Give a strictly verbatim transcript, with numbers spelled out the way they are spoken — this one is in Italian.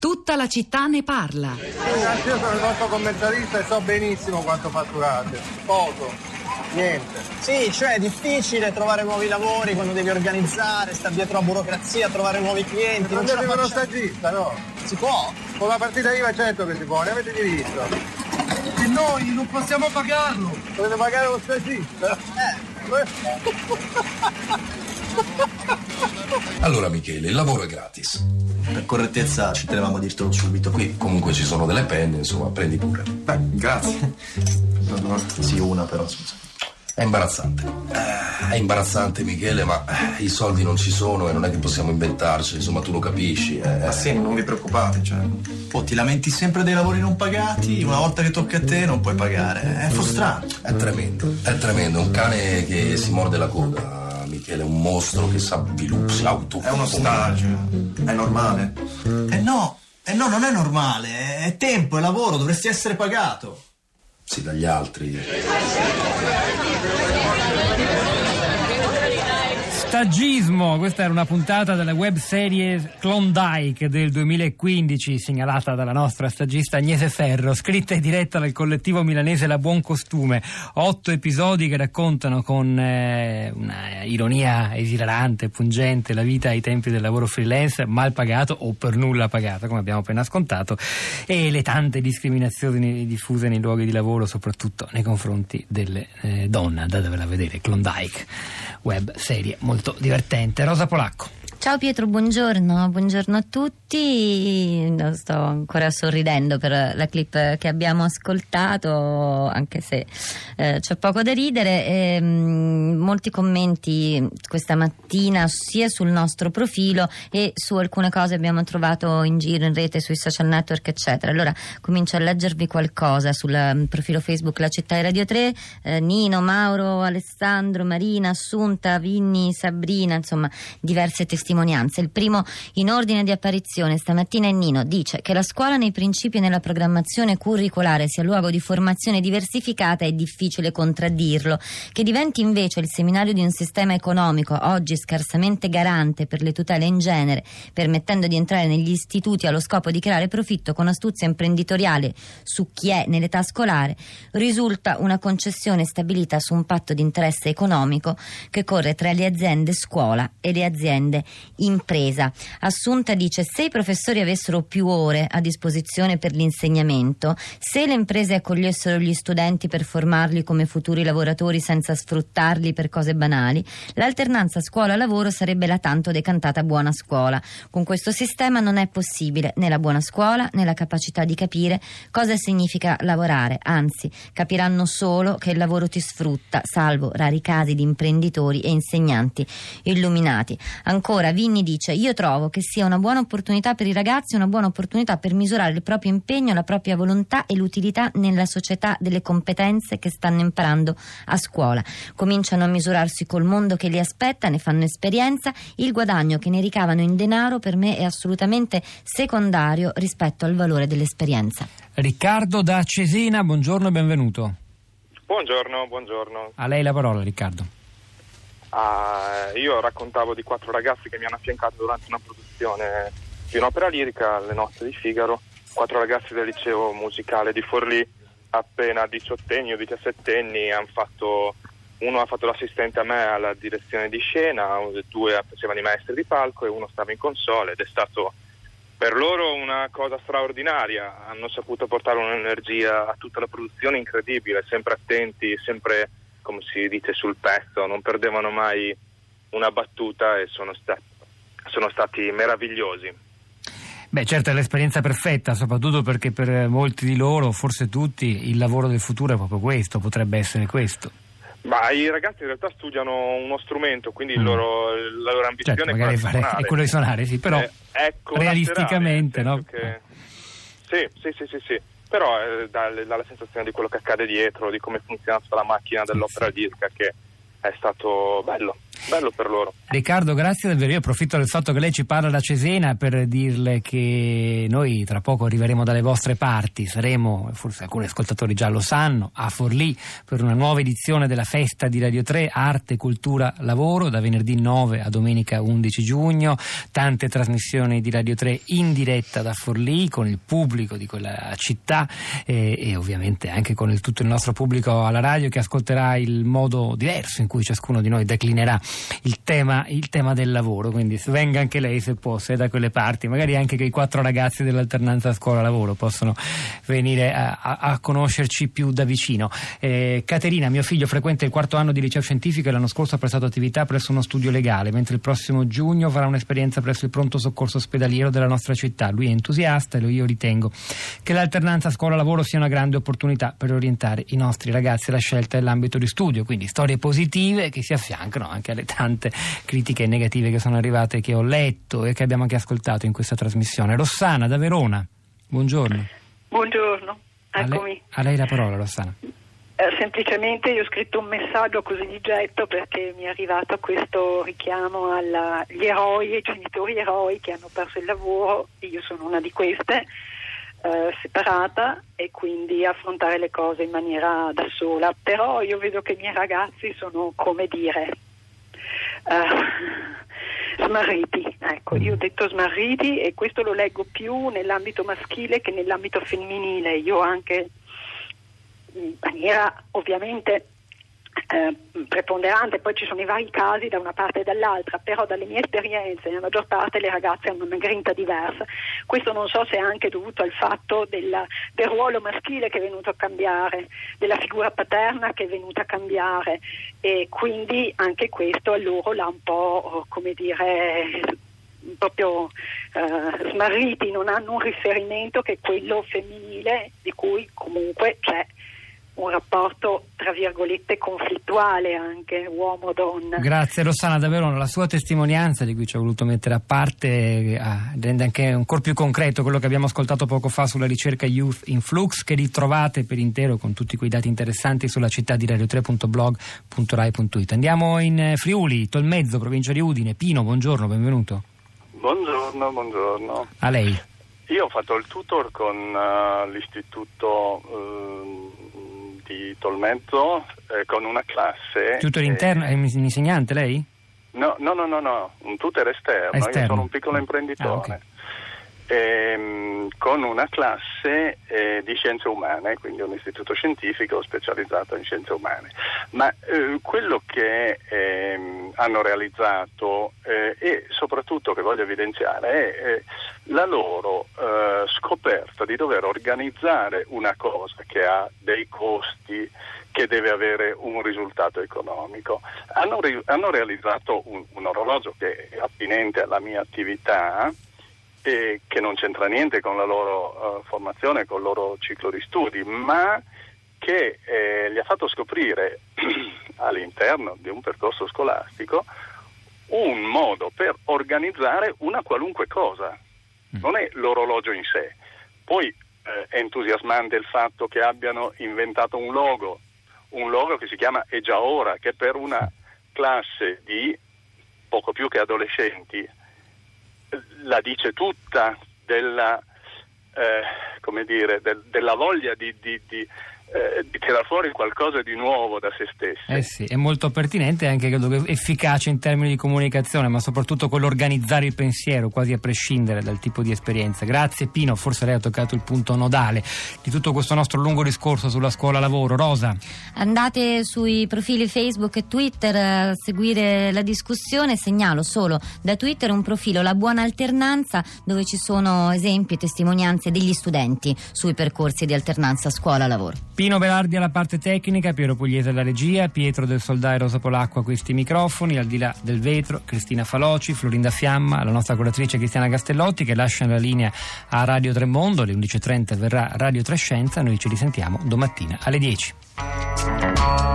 Tutta la città ne parla. Io sono il vostro commercialista e so benissimo quanto fatturate. Poco, niente. Sì, cioè è difficile trovare nuovi lavori quando devi organizzare, sta dietro a burocrazia, trovare nuovi clienti. Non siete uno stagista, no? Si può? Con la partita I V A certo che si può, ne avete diritto. E noi non possiamo pagarlo. Dovete pagare lo stagista? Eh. Allora Michele, il lavoro è gratis. Per correttezza ci tenevamo a dirtelo subito. Qui comunque ci sono delle penne, insomma, prendi pure. Beh, grazie. Sì, una però, scusa. È imbarazzante. Eh, è imbarazzante Michele, ma eh, i soldi non ci sono e non è che possiamo inventarci, insomma tu lo capisci. Eh. Ma sì, non vi preoccupate, cioè. Oh, ti lamenti sempre dei lavori non pagati, una volta che tocca a te non puoi pagare. È frustrante. È tremendo, è tremendo, è un cane che si morde la coda, Michele, è un mostro che sa si auto. È uno stagio, è normale. Eh no, eh no, non è normale, è tempo, è lavoro, dovresti essere pagato. Sì, dagli altri. Stagismo, questa era una puntata della web serie Klondike del duemilaquindici, segnalata dalla nostra stagista Agnese Ferro, scritta e diretta dal collettivo milanese La Buon Costume. Otto episodi che raccontano con eh, una ironia esilarante, pungente, la vita ai tempi del lavoro freelance, mal pagato o per nulla pagato, come abbiamo appena scontato, e le tante discriminazioni diffuse nei luoghi di lavoro, soprattutto nei confronti delle eh, donne. Andatevela a vedere, Klondike, web serie molto divertente. Rosa Polacco. Ciao Pietro, buongiorno, buongiorno a tutti. Sto ancora sorridendo per la clip che abbiamo ascoltato, anche se eh, c'è poco da ridere. E, mh, molti commenti questa mattina sia sul nostro profilo e su alcune cose abbiamo trovato in giro in rete, sui social network eccetera. Allora comincio a leggervi qualcosa sul profilo Facebook La Città e Radio tre. eh, Nino, Mauro, Alessandro, Marina, Assunta, Vinni, Sabrina, insomma diverse testimonianze. Il primo in ordine di apparizione stamattina è Nino, dice che la scuola nei principi e nella programmazione curricolare sia luogo di formazione diversificata è difficile contraddirlo, che diventi invece il seminario di un sistema economico oggi scarsamente garante per le tutele in genere, permettendo di entrare negli istituti allo scopo di creare profitto con astuzia imprenditoriale su chi è nell'età scolare, risulta una concessione stabilita su un patto di interesse economico che corre tra le aziende scuola e le aziende impresa. Assunta dice: se i professori avessero più ore a disposizione per l'insegnamento, se le imprese accogliessero gli studenti per formarli come futuri lavoratori senza sfruttarli per cose banali, l'alternanza scuola-lavoro sarebbe la tanto decantata buona scuola. Con questo sistema non è possibile né la buona scuola né la capacità di capire cosa significa lavorare, anzi capiranno solo che il lavoro ti sfrutta, salvo rari casi di imprenditori e insegnanti illuminati. Ancora Vinni dice: io trovo che sia una buona opportunità per i ragazzi, una buona opportunità per misurare il proprio impegno, la propria volontà e l'utilità nella società delle competenze che stanno imparando a scuola. Cominciano a misurarsi col mondo che li aspetta, ne fanno esperienza. Il guadagno che ne ricavano in denaro per me è assolutamente secondario rispetto al valore dell'esperienza. Riccardo da Cesena, buongiorno e benvenuto. Buongiorno, buongiorno. A lei la parola, Riccardo. Uh, io raccontavo di quattro ragazzi che mi hanno affiancato durante una produzione di un'opera lirica, Le nozze di Figaro. Quattro ragazzi del liceo musicale di Forlì, appena diciottenni o diciassettenni, hanno fatto, uno ha fatto l'assistente a me alla direzione di scena, due facevano i maestri di palco e uno stava in console, ed è stato per loro una cosa straordinaria. Hanno saputo portare un'energia a tutta la produzione incredibile, sempre attenti, sempre, come si dice, sul pezzo, non perdevano mai una battuta e sono stati, sono stati meravigliosi. Beh, certo, è l'esperienza perfetta, soprattutto perché per molti di loro, forse tutti, il lavoro del futuro è proprio questo, potrebbe essere questo. Ma i ragazzi in realtà studiano uno strumento, quindi mm. il loro, la loro ambizione certo, è, quella fare, suonare. è quello di suonare, sì, però eh, è realisticamente, no? Che... Sì, sì, sì, sì, sì. Però eh, dà, dà la sensazione di quello che accade dietro, di come funziona la macchina dell'opera lirica, che è stato bello. bello per loro. Riccardo, grazie davvero. Io approfitto del fatto che lei ci parla da Cesena per dirle che noi tra poco arriveremo dalle vostre parti, saremo, forse alcuni ascoltatori già lo sanno, a Forlì per una nuova edizione della festa di Radio tre Arte, Cultura, Lavoro, da venerdì nove a domenica undici giugno, tante trasmissioni di Radio tre in diretta da Forlì con il pubblico di quella città e, e ovviamente anche con il, tutto il nostro pubblico alla radio, che ascolterà il modo diverso in cui ciascuno di noi declinerà il tema il tema del lavoro. Quindi venga anche lei, se può, se è da quelle parti, magari anche che i quattro ragazzi dell'alternanza scuola-lavoro possono venire a, a, a conoscerci più da vicino. eh, Caterina, mio figlio frequenta il quarto anno di liceo scientifico e l'anno scorso ha prestato attività presso uno studio legale, mentre il prossimo giugno farà un'esperienza presso il pronto soccorso ospedaliero della nostra città. Lui è entusiasta e io ritengo che l'alternanza scuola-lavoro sia una grande opportunità per orientare i nostri ragazzi alla scelta dell'ambito di studio, quindi storie positive che si affiancano anche alle tante critiche negative che sono arrivate, che ho letto e che abbiamo anche ascoltato in questa trasmissione. Rossana da Verona, buongiorno. Buongiorno, eccomi. A lei, a lei la parola, Rossana. Eh, semplicemente io ho scritto un messaggio così di getto perché mi è arrivato questo richiamo agli eroi, ai genitori eroi che hanno perso il lavoro. Io sono una di queste, eh, separata, e quindi affrontare le cose in maniera da sola. Però io vedo che i miei ragazzi sono, come dire, Uh, smarriti, ecco, io ho detto smarriti, e questo lo leggo più nell'ambito maschile che nell'ambito femminile. Io anche in maniera ovviamente eh, preponderante, poi ci sono i vari casi da una parte e dall'altra, però dalle mie esperienze nella maggior parte le ragazze hanno una grinta diversa. Questo non so se è anche dovuto al fatto della, del ruolo maschile che è venuto a cambiare, della figura paterna che è venuta a cambiare, e quindi anche questo a loro l'ha un po', come dire, proprio eh, smarriti, non hanno un riferimento che è quello femminile, di cui comunque c'è un rapporto tra virgolette conflittuale anche uomo-donna. Grazie Rossana, davvero la sua testimonianza, di cui ci ho voluto mettere a parte, eh, rende anche ancora più concreto quello che abbiamo ascoltato poco fa sulla ricerca Youth in Flux, che ritrovate per intero con tutti quei dati interessanti sulla città di radio tre punto blog punto rai punto it. Andiamo in Friuli, Tolmezzo, provincia di Udine. Pino, buongiorno, benvenuto. Buongiorno, buongiorno. A lei. Io ho fatto il tutor con uh, l'istituto uh, di Tolmezzo eh, con una classe. Tutor interno? È un insegnante lei? No, no, no, no, no, un tutor esterno. esterno. Io sono un piccolo imprenditore. Ah, okay. ehm, con una classe eh, di scienze umane, quindi un istituto scientifico specializzato in scienze umane. Ma eh, quello che ehm, hanno realizzato eh, e soprattutto che voglio evidenziare è eh, la loro eh, scoperta di dover organizzare una cosa che ha dei costi, che deve avere un risultato economico. Hanno, ri- hanno realizzato un, un orologio che è attinente alla mia attività e che non c'entra niente con la loro uh, formazione, con il loro ciclo di studi, ma che eh, gli ha fatto scoprire all'interno di un percorso scolastico un modo per organizzare una qualunque cosa. Non è l'orologio in sé. Poi eh, è entusiasmante il fatto che abbiano inventato un logo, un logo che si chiama È già ora, che per una classe di poco più che adolescenti la dice tutta della, eh, come dire, del, della voglia di, di, di, eh, di tirar fuori qualcosa di nuovo da se stessi. Eh sì, è molto pertinente e anche credo che efficace in termini di comunicazione, ma soprattutto quell'organizzare il pensiero, quasi a prescindere dal tipo di esperienza. Grazie Pino, forse lei ha toccato il punto nodale di tutto questo nostro lungo discorso sulla scuola lavoro. Rosa. Andate sui profili Facebook e Twitter a seguire la discussione. Segnalo solo da Twitter un profilo La Buona Alternanza, dove ci sono esempi e testimonianze degli studenti sui percorsi di alternanza scuola-lavoro. Pino Belardi alla parte tecnica, Piero Pugliese alla regia, Pietro del Soldà e Rosa Polacco a questi microfoni, al di là del vetro Cristina Faloci, Florinda Fiamma, la nostra curatrice Cristiana Castellotti, che lascia la linea a Radio Tremondo. Alle undici e trenta verrà Radio Tre Scienza. Noi ci risentiamo domattina alle dieci.